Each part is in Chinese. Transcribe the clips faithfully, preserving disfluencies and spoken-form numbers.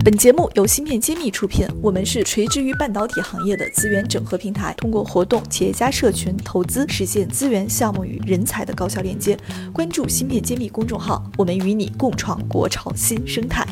本节目由芯片揭秘出品，我们是垂直于半导体行业的资源整合平台，通过活动、企业家社群、投资，实现资源、项目与人才的高效链接。关注芯片揭秘公众号，我们与你共创国潮新生态。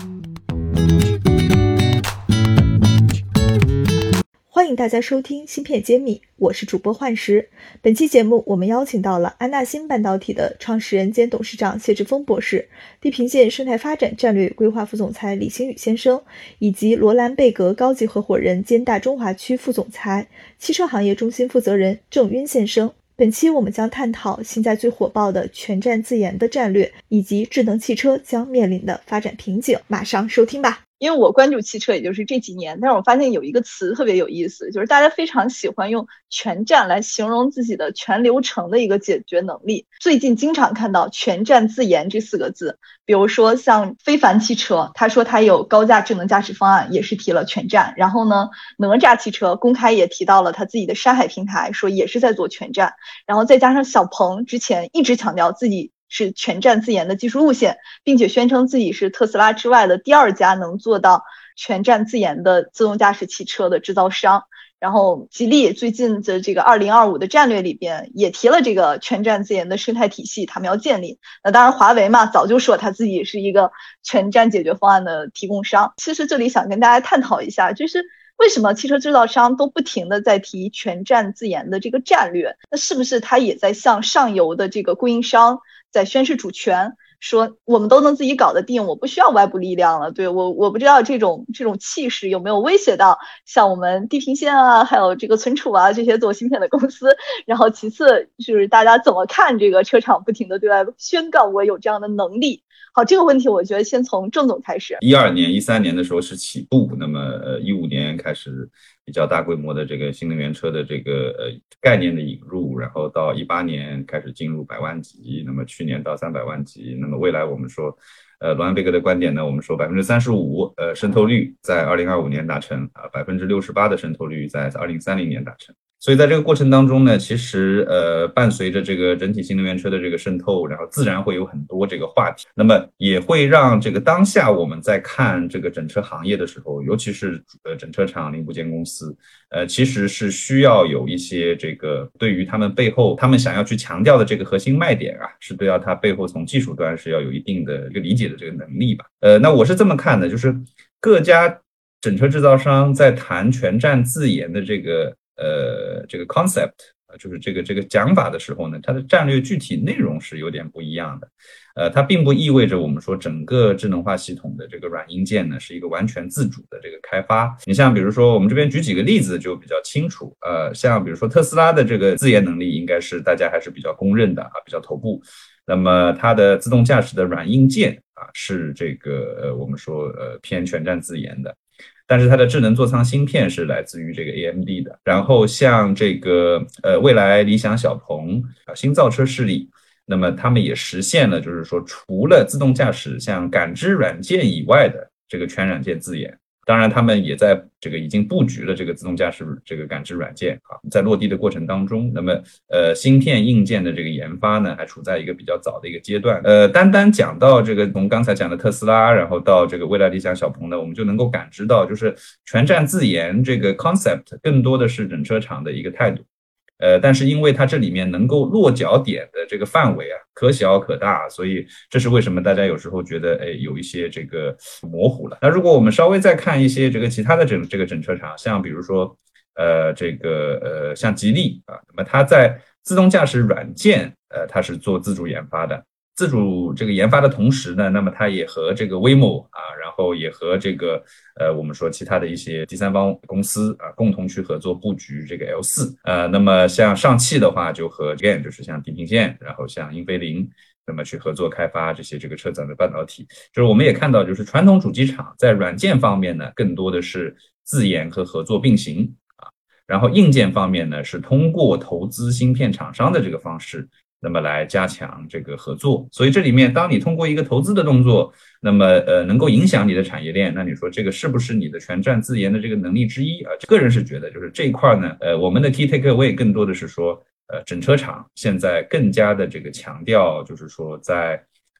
欢迎大家收听芯片揭秘，我是主播幻石。本期节目我们邀请到了安纳新半导体的创始人兼董事长谢志峰博士，地平线生态发展战略规划副总裁李星宇先生，以及罗兰贝格高级合伙人兼大中华区副总裁、汽车行业中心负责人郑渊先生。本期我们将探讨现在最火爆的全站自研的战略，以及智能汽车将面临的发展瓶颈。马上收听吧。 因为我关注汽车也就是这几年，但是我发现有一个词特别有意思，就是大家非常喜欢用全站来形容自己的全流程的一个解决能力。最近经常看到全站自研这四个字，比如说像非凡汽车，他说他有高价智能驾驶方案，也是提了全站。然后呢，哪吒汽车公开也提到了他自己的山海平台，说也是在做全站。然后再加上小鹏之前一直强调自己是全站自研的技术路线，并且宣称自己是特斯拉之外的第二家能做到全站自研的自动驾驶汽车的制造商。然后吉利最近的这个二零二五的战略里边也提了这个全站自研的生态体系，他们要建立。那当然华为嘛，早就说他自己是一个全站解决方案的提供商。其实这里想跟大家探讨一下，就是为什么汽车制造商都不停的在提全站自研的这个战略？那是不是他也在向上游的这个供应商在宣示主权，说我们都能自己搞得定，我不需要外部力量了。对，我我不知道这种这种气势有没有威胁到像我们地平线啊，还有这个存储啊这些做芯片的公司。然后其次就是大家怎么看这个车厂不停的对外宣告我有这样的能力。好，这个问题我觉得先从郑总开始。 一二年、一三年的时候是起步，那么呃一五年开始比较大规模的这个新能源车的这个呃概念的引入，然后到一八年开始进入百万级，那么去年到三百万级，那么未来我们说，呃罗兰贝格的观点呢，我们说百分之三十五呃渗透率在二零二五年达成啊，百分之六十八的渗透率在二零三零年达成。所以在这个过程当中呢，其实呃伴随着这个整体新能源车的这个渗透，然后自然会有很多这个话题，那么也会让这个当下我们在看这个整车行业的时候，尤其是呃整车厂零部件公司，呃其实是需要有一些这个对于他们背后他们想要去强调的这个核心卖点啊，是对要它背后从技术端是要有一定的一个理解的这个能力吧。呃那我是这么看的，就是各家整车制造商在谈全站自研的这个呃，这个 concept 就是这个这个讲法的时候呢，它的战略具体内容是有点不一样的。呃，它并不意味着我们说整个智能化系统的这个软硬件呢是一个完全自主的这个开发。你像比如说我们这边举几个例子就比较清楚，呃，像比如说特斯拉的这个自研能力应该是大家还是比较公认的啊，比较头部。那么它的自动驾驶的软硬件啊是这个呃我们说呃偏全站自研的。但是它的智能座舱芯片是来自于这个 A M D 的，然后像这个呃蔚来、理想、小鹏啊新造车势力，那么他们也实现了就是说除了自动驾驶像感知软件以外的这个全软件自研。当然他们也在这个已经布局了这个自动驾驶这个感知软件啊，在落地的过程当中，那么呃芯片硬件的这个研发呢还处在一个比较早的一个阶段。呃单单讲到这个从刚才讲的特斯拉，然后到这个蔚来、理想、小鹏呢，我们就能够感知到就是全站自研这个 concept 更多的是整车厂的一个态度。呃，但是因为它这里面能够落脚点的这个范围啊，可小可大，所以这是为什么大家有时候觉得，哎，有一些这个模糊了。那如果我们稍微再看一些这个其他的整这个整车厂，像比如说，呃，这个呃，像吉利啊，那么它在自动驾驶软件，呃，它是做自主研发的。自主这个研发的同时呢，那么它也和这个 Waymo 啊，然后也和这个呃我们说其他的一些第三方公司啊共同去合作布局这个 L 四。呃那么像上汽的话就和 again 就是像地平线，然后像英飞凌，那么去合作开发这些这个车载的半导体。就是我们也看到，就是传统主机厂在软件方面呢更多的是自研和合作并行啊，然后硬件方面呢是通过投资芯片厂商的这个方式，那么来加强这个合作。所以这里面当你通过一个投资的动作，那么呃能够影响你的产业链，那你说这个是不是你的全站自研的这个能力之一啊？个人是觉得就是这一块呢，呃我们的 key takeaway 更多的是说，呃整车厂现在更加的这个强调，就是说在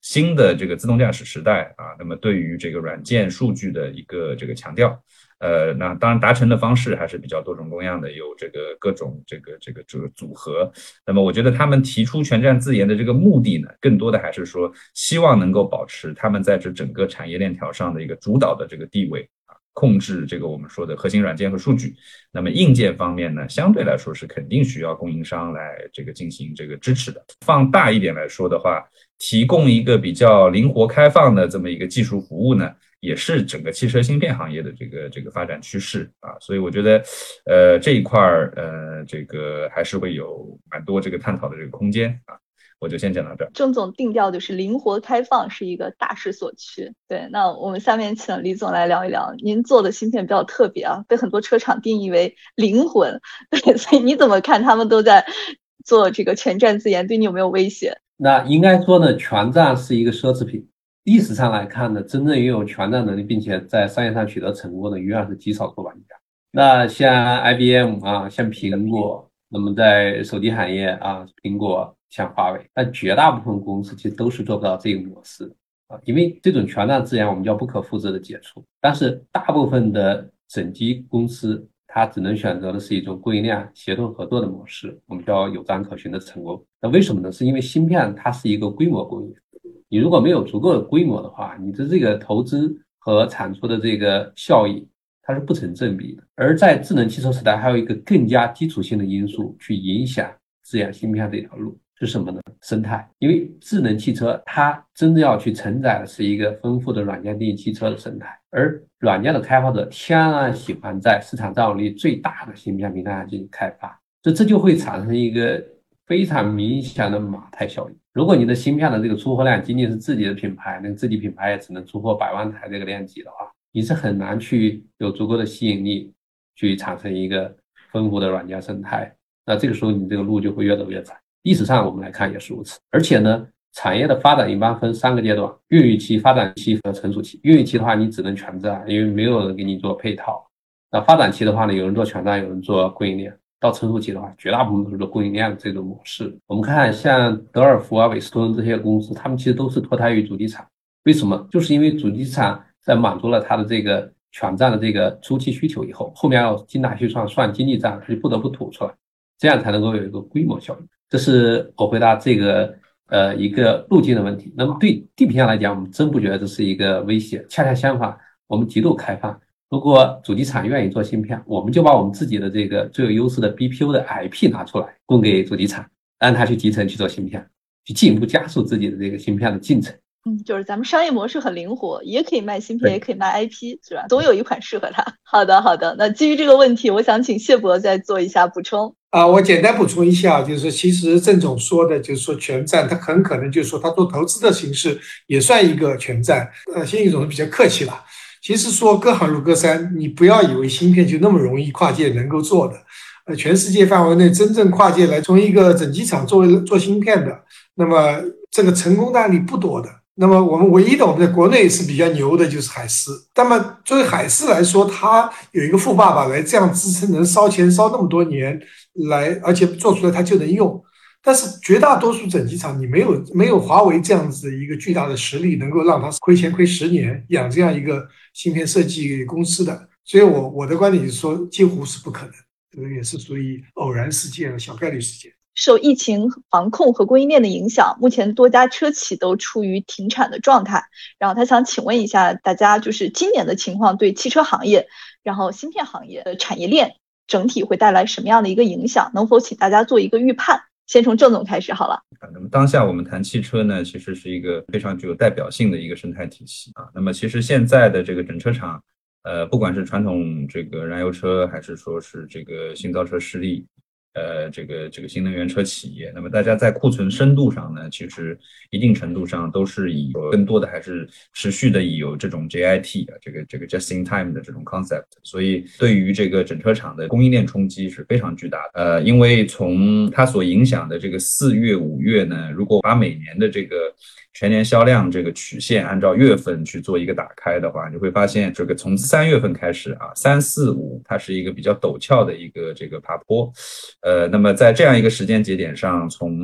新的这个自动驾驶时代啊，那么对于这个软件数据的一个这个强调。呃，那当然达成的方式还是比较多种多样的，有这个各种这个这个这个组合。那么我觉得他们提出全站自研的这个目的呢，更多的还是说希望能够保持他们在这整个产业链条上的一个主导的这个地位啊，控制这个我们说的核心软件和数据。那么硬件方面呢，相对来说是肯定需要供应商来这个进行这个支持的。放大一点来说的话，提供一个比较灵活开放的这么一个技术服务呢，也是整个汽车芯片行业的这个这个发展趋势啊，所以我觉得，呃，这一块儿呃，这个还是会有蛮多这个探讨的这个空间啊。我就先讲到这儿。 郑总定调就是灵活开放是一个大势所趋。对，那我们下面请李总来聊一聊，您做的芯片比较特别啊，被很多车厂定义为灵魂。对，所以你怎么看他们都在做这个全站自研，对你有没有威胁？ 那应该说呢，全站是一个奢侈品。历史上来看呢，真正拥有全站能力并且在商业上取得成功的，永远是极少数玩家。那像 I B M 啊，像苹果，那么在手机行业啊，苹果像华为，但绝大部分公司其实都是做不到这个模式的啊，因为这种全站自研我们叫不可复制的解除。但是大部分的整机公司，它只能选择的是一种供应链协同合作的模式，我们叫有章可循的成功。那为什么呢？是因为芯片它是一个规模供应，你如果没有足够的规模的话，你的这个投资和产出的这个效益它是不成正比的。而在智能汽车时代，还有一个更加基础性的因素去影响自研芯片这条路是什么呢？生态。因为智能汽车它真正要去承载的是一个丰富的软件定义汽车的生态，而软件的开发者天然喜欢在市场占有率最大的芯片平台上进行开发，这这就会产生一个非常明显的马太效应。如果你的芯片的这个出货量仅仅是自己的品牌，那个自己品牌也只能出货百万台这个量级的话，你是很难去有足够的吸引力去产生一个丰富的软件生态。那这个时候你这个路就会越走越窄。历史上我们来看也是如此。而且呢，产业的发展一般分三个阶段：孕育期、发展期和成熟期。孕育期的话，你只能全站，因为没有人给你做配套。那发展期的话呢，有人做全站，有人做供应链。到成熟期的话，绝大部分都是做供应链的这种模式。我们看像德尔福啊、韦斯通这些公司，他们其实都是脱胎于主机厂。为什么？就是因为主机厂在满足了它的这个全站的这个初期需求以后，后面要精打细算算经济账，就不得不吐出来，这样才能够有一个规模效应。这是我回答这个呃一个路径的问题。那么对地平线来讲，我们真不觉得这是一个威胁，恰恰相反，我们极度开放。如果主机厂愿意做芯片，我们就把我们自己的这个最有优势的 B P U 的 I P 拿出来供给主机厂，让他去集成去做芯片，去进一步加速自己的这个芯片的进程。 嗯，就是咱们商业模式很灵活，也可以卖芯片，也可以卖 I P， 是吧？总有一款适合它。好的，好的。那基于这个问题，我想请谢博再做一下补充。 啊，我简单补充一下，就是其实郑总说的，就是说全站，他很可能就是说他做投资的形式也算一个全站。呃，辛宇总是比较客气了。其实说各行如隔山，你不要以为芯片就那么容易跨界能够做的。呃，全世界范围内真正跨界来从一个整机厂作为做芯片的，那么这个成功的案例不多的。那么我们唯一的我们在国内是比较牛的就是海思。那么作为海思来说，它有一个富爸爸来这样支撑，能烧钱烧那么多年来，而且做出来它就能用。但是绝大多数整机厂，你没有没有华为这样子的一个巨大的实力，能够让它亏钱亏十年养这样一个芯片设计公司的。所以我我的观点就是说，几乎是不可能，这个也是属于偶然事件、小概率事件。 受疫情防控和供应链的影响，目前多家车企都处于停产的状态。然后他想请问一下大家，就是今年的情况对汽车行业，然后芯片行业的产业链整体会带来什么样的一个影响？能否请大家做一个预判？先从郑总开始好了。 那么当下我们谈汽车呢，其实是一个非常具有代表性的一个生态体系啊。那么其实现在的这个整车厂，呃，不管是传统这个燃油车，还是说是这个新造车势力，呃，这个这个新能源车企业，那么大家在库存深度上呢，其实一定程度上都是以更多的还是持续的以有这种 J I T 啊，这个这个 just in time 的这种 concept， 所以对于这个整车厂的供应链冲击是非常巨大的。呃，因为从它所影响的这个四月、五月呢，如果把每年的这个全年销量这个曲线按照月份去做一个打开的话，你会发现这个从三月份开始啊，三四五它是一个比较陡峭的一个这个爬坡。呃，那么在这样一个时间节点上，从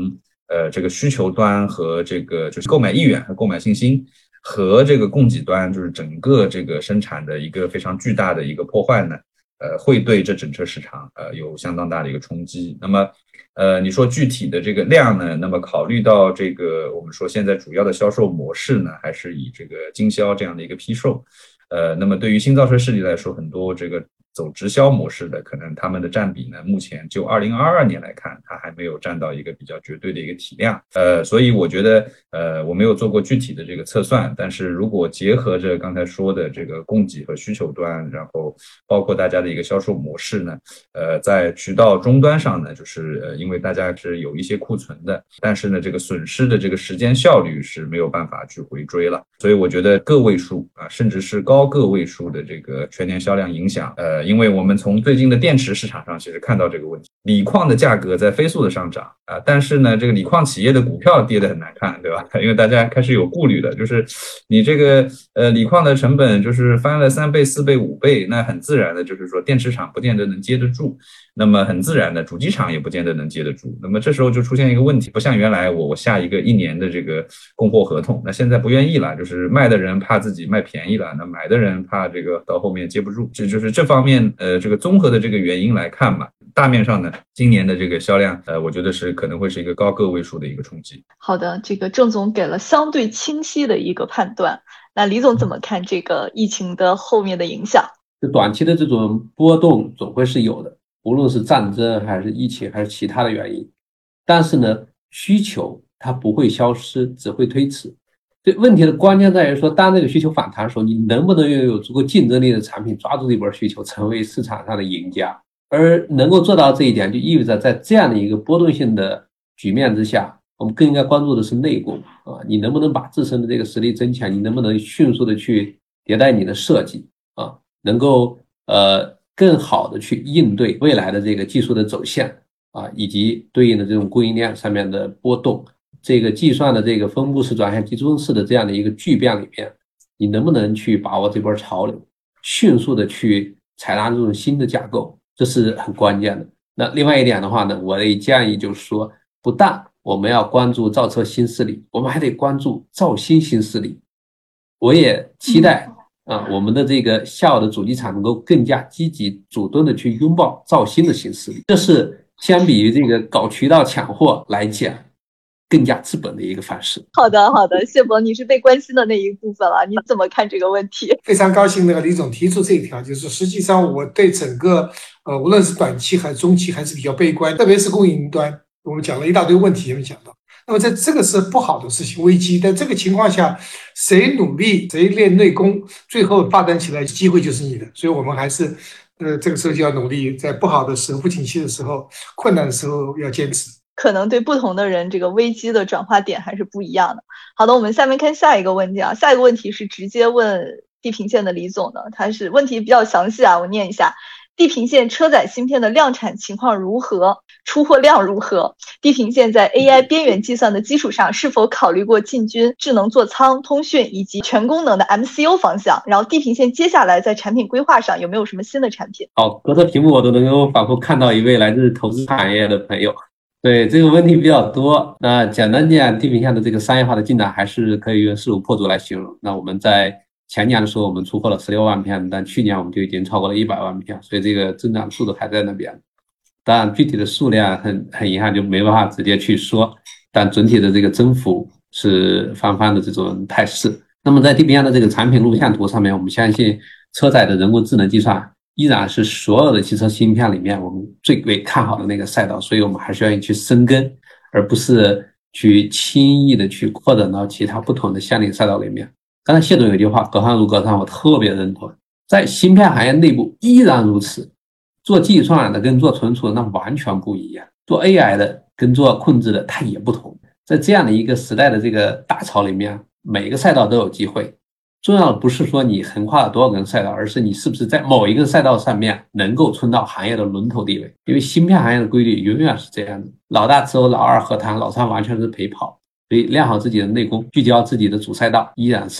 呃这个需求端和这个就是购买意愿和购买信心和这个供给端，就是整个这个生产的一个非常巨大的一个破坏呢，呃，会对这整车市场呃有相当大的一个冲击。那么，呃，你说具体的这个量呢？那么考虑到这个我们说现在主要的销售模式呢，还是以这个经销这样的一个批售。呃，那么对于新造车势力来说，很多这个走直销模式的，可能他们的占比呢，目前就二零二二年来看，它还没有占到一个比较绝对的一个体量。呃，所以我觉得，呃，我没有做过具体的这个测算，但是如果结合着刚才说的这个供给和需求端，然后包括大家的一个销售模式呢，呃，在渠道终端上呢，就是呃，因为大家是有一些库存的，但是呢，这个损失的这个时间效率是没有办法去回追了。所以我觉得个位数啊，甚至是高个位数的这个全年销量影响，呃，因为我们从最近的电池市场上其实看到这个问题，锂矿的价格在飞速的上涨啊，但是呢，这个锂矿企业的股票跌得很难看，对吧？因为大家开始有顾虑了，就是你这个呃锂矿的成本就是翻了三倍、四倍、五倍，那很自然的就是说电池厂不见得能接得住，那么很自然的主机厂也不见得能接得住，那么这时候就出现一个问题，不像原来我我下一个一年的这个供货合同，那现在不愿意了，就是卖的人怕自己卖便宜了，那买的人怕这个到后面接不住，这就是这方面呃这个综合的这个原因来看嘛。大面上呢，今年的这个销量，呃，我觉得是可能会是一个高个位数的一个冲击。 好的，这个郑总给了相对清晰的一个判断。那李总怎么看这个疫情的后面的影响？ 就短期的这种波动总会是有的，无论是战争还是疫情还是其他的原因。但是呢，需求它不会消失，只会推迟。这问题的关键在于说，当这个需求反弹的时候，你能不能拥有足够竞争力的产品，抓住这波需求，成为市场上的赢家。而能够做到这一点，就意味着在这样的一个波动性的局面之下，我们更应该关注的是内功啊，你能不能把自身的这个实力增强，你能不能迅速的去迭代你的设计啊，能够呃更好的去应对未来的这个技术的走向啊，以及对应的这种供应链上面的波动，这个计算的这个分布式转向集中式的这样的一个巨变里面，你能不能去把握这波潮流，迅速的去采纳这种新的架构，这是很关键的。那另外一点的话呢，我的建议就是说，不但我们要关注造车新势力，我们还得关注造新新势力。我也期待啊，我们的这个下游的主机厂能够更加积极主动的去拥抱造新的新势力，这是相比于这个搞渠道抢货来讲更加治本的一个方式。 好的，好的，谢博，你是被关心的那一部分了，你怎么看这个问题？ 非常高兴那个李总提出这一条，就是实际上我对整个呃无论是短期还是中期还是比较悲观，特别是供应端，我们讲了一大堆问题，也没讲到。那么在这个是不好的事情，危机。在这个情况下，谁努力谁练内功，最后发展起来机会就是你的。所以我们还是呃这个时候就要努力，在不好的时候、不景气的时候、困难的时候要坚持。 可能对不同的人，这个危机的转化点还是不一样的。好的，我们下面看下一个问题啊，下一个问题是直接问地平线的李总的，他是问题比较详细啊，我念一下。地平线车载芯片的量产情况如何？出货量如何？地平线在 A I 边缘计算的基础上，是否考虑过进军智能座舱、通讯以及全功能的 M C U 方向？然后地平线接下来在产品规划上有没有什么新的产品？ 好，隔着屏幕我都能够仿佛看到一位来自投资行业的朋友。对，这个问题比较多。那简单讲，地平线的这个商业化的进展还是可以用势如破竹来形容。那我们在前年的时候，我们出货了十六万片，但去年我们就已经超过了一百万片，所以这个增长速度还在那边。当然，具体的数量很很遗憾就没办法直接去说，但整体的这个增幅是翻番的这种态势。那么在地平线的这个产品路线图上面，我们相信车载的人工智能计算依然是所有的汽车芯片里面我们最为看好的那个赛道，所以我们还是愿意去深耕，而不是去轻易的去扩展到其他不同的相邻赛道里面。刚才谢总有句话，隔行如隔山，我特别认同。在芯片行业内部依然如此，做计算的跟做存储的那完全不一样，做 A I 的跟做控制的它也不同。在这样的一个时代的这个大潮里面，每个赛道都有机会。重要的不是说你横跨了多少个赛道，而是你是不是在某一个赛道上面能够冲到行业的龙头地位。因为芯片行业的规律永远是这样的，老大之后老二和谈，老三完全是陪跑。所以练好自己的内功，聚焦自己的主赛道，依然是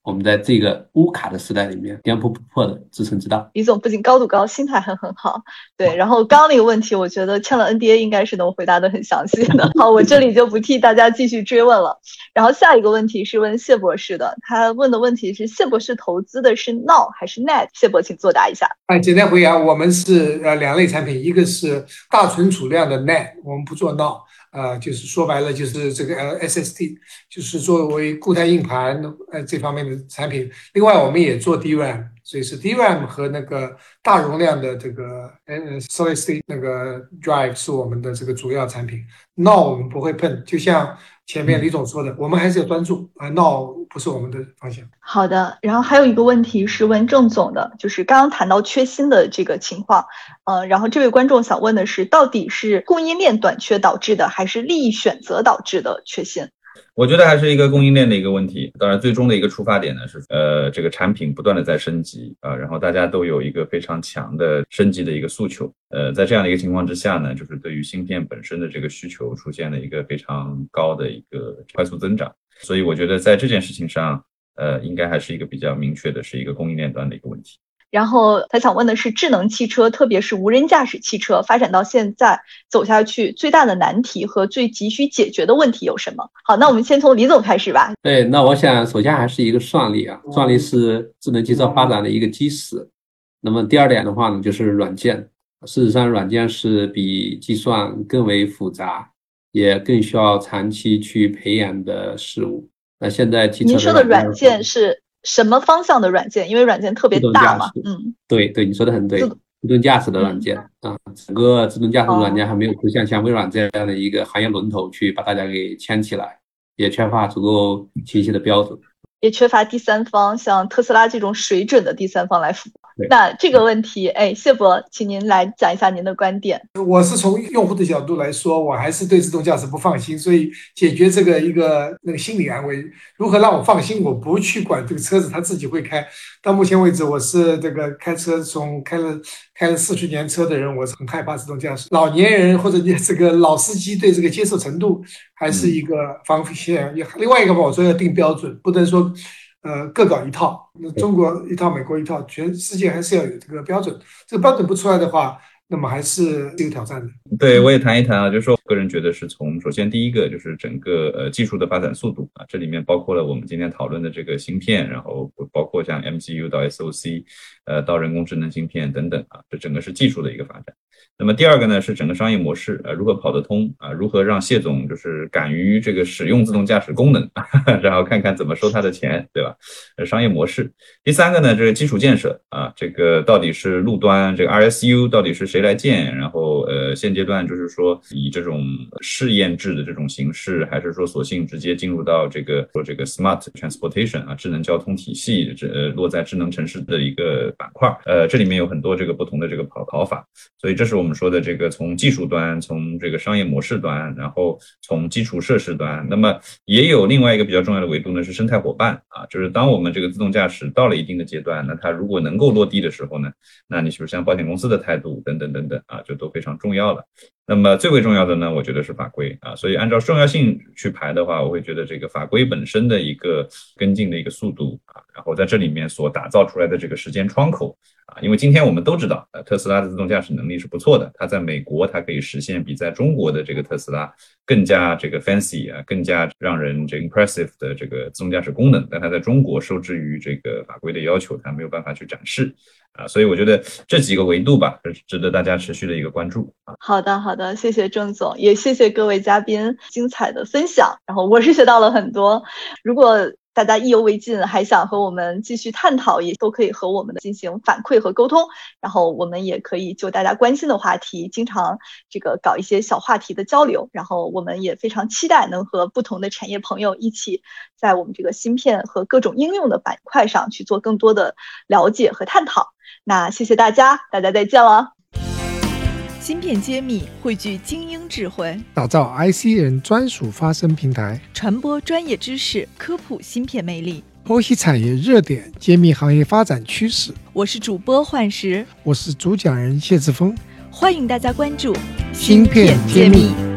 我们在这个乌卡的时代里面颠扑不破的支撑之道。 李总不仅高度高，心态还很好。对，然后刚刚那个问题，我觉得签了 N D A 应该是能回答的很详细的。好，我这里就不替大家继续追问了。然后下一个问题是问谢博士的，他问的问题是谢博士投资的是 N O 还是 N E T？ 谢博请作答一下。 哎，简单回答，我们是呃两类产品，一个是大存储量的 N E T， 我们不做 N O。呃，就是说白了，就是这个呃 S S D， 就是作为固态硬盘呃这方面的产品。另外，我们也做 D RAM， 所以是 D RAM 和那个大容量的这个呃 Solid State 那个 Drive 是我们的这个主要产品。N O 我们不会碰，就像前面李总说的，我们还是要专注啊 ，N O 不是我们的方向。 好的，然后还有一个问题是问郑总的，就是刚刚谈到缺芯的这个情况，呃，然后这位观众想问的是，到底是供应链短缺导致的，还是利益选择导致的缺芯？ 我觉得还是一个供应链的一个问题，当然最终的一个出发点呢是，呃，这个产品不断的在升级啊、呃，然后大家都有一个非常强的升级的一个诉求，呃，在这样的一个情况之下呢，就是对于芯片本身的这个需求出现了一个非常高的一个快速增长，所以我觉得在这件事情上，呃，应该还是一个比较明确的是一个供应链端的一个问题。 然后他想问的是，智能汽车，特别是无人驾驶汽车发展到现在走下去，最大的难题和最急需解决的问题有什么？好，那我们先从李总开始吧。 对，那我想首先还是一个算力啊，算力是智能汽车发展的一个基石。那么第二点的话呢，就是软件。事实上，软件是比计算更为复杂，也更需要长期去培养的事物。那现在汽车您说的软件是什么方向的软件？因为软件特别大嘛。嗯， 对对，你说的很对。自动驾驶的软件、嗯、啊，整个自动驾驶的软件还没有出现像微软这样的一个行业龙头去把大家给牵起来，也缺乏足够清晰的标准， 也缺乏第三方，像特斯拉这种水准的第三方来辅助。那这个问题，哎，谢博，请您来讲一下您的观点。 我是从用户的角度来说，我还是对自动驾驶不放心，所以解决这个一个那个心理安慰，如何让我放心，我不去管这个车子它自己会开。到目前为止，我是这个开车从开了开了四十年车的人，我是很害怕自动驾驶。老年人或者这个老司机对这个接受程度还是一个防线。另外一个嘛，我说要定标准，不能说。呃，各搞一套，那中国一套，美国一套，全世界还是要有这个标准。这个标准不出来的话，那么还是有挑战的。 对，我也谈一谈啊，就是说，个人觉得是从首先第一个就是整个呃技术的发展速度啊，这里面包括了我们今天讨论的这个芯片，然后包括像 M C U 到 S O C， 呃到人工智能芯片等等啊，这整个是技术的一个发展。那么第二个呢是整个商业模式，呃如何跑得通啊，如何让谢总就是敢于这个使用自动驾驶功能，然后看看怎么收他的钱，对吧？呃商业模式。第三个呢，这个基础建设啊，这个到底是路端这个 R S U 到底是谁来建？然后呃现阶段就是说以这种试验制的这种形式，还是说索性直接进入到这个说这个 smart transportation 啊智能交通体系，这呃落在智能城市的一个板块，呃这里面有很多这个不同的这个跑跑法，所以这是我们说的这个从技术端，从这个商业模式端，然后从基础设施端。那么也有另外一个比较重要的维度呢，是生态伙伴啊，就是当我们这个自动驾驶到了一定的阶段，那它如果能够落地的时候呢，那你比如像保险公司的态度等等等等啊，就都非常重要了。那么最为重要的呢，我觉得是法规啊，所以按照重要性去排的话，我会觉得这个法规本身的一个跟进的一个速度啊，然后在这里面所打造出来的这个时间窗口啊，因为今天我们都知道，呃，特斯拉的自动驾驶能力是不错的，它在美国它可以实现比在中国的这个特斯拉更加这个 fancy 啊，更加让人这 impressive 的这个自动驾驶功能，但它在中国受制于这个法规的要求，它没有办法去展示。啊，所以我觉得这几个维度吧，是值得大家持续的一个关注。 好的，好的，谢谢郑总，也谢谢各位嘉宾精彩的分享。然后我是学到了很多，如果大家意犹未尽，还想和我们继续探讨，也都可以和我们进行反馈和沟通。然后我们也可以就大家关心的话题，经常这个搞一些小话题的交流。然后我们也非常期待能和不同的产业朋友一起，在我们这个芯片和各种应用的板块上去做更多的了解和探讨。那谢谢大家，大家再见了。 芯片揭秘汇聚精英智慧， 打造 I C 人专属发声平台， 传播专业知识，科普芯片魅力， 剖析产业热点，揭秘行业发展趋势。 我是主播幻石， 我是主讲人谢志峰， 欢迎大家关注芯片揭秘。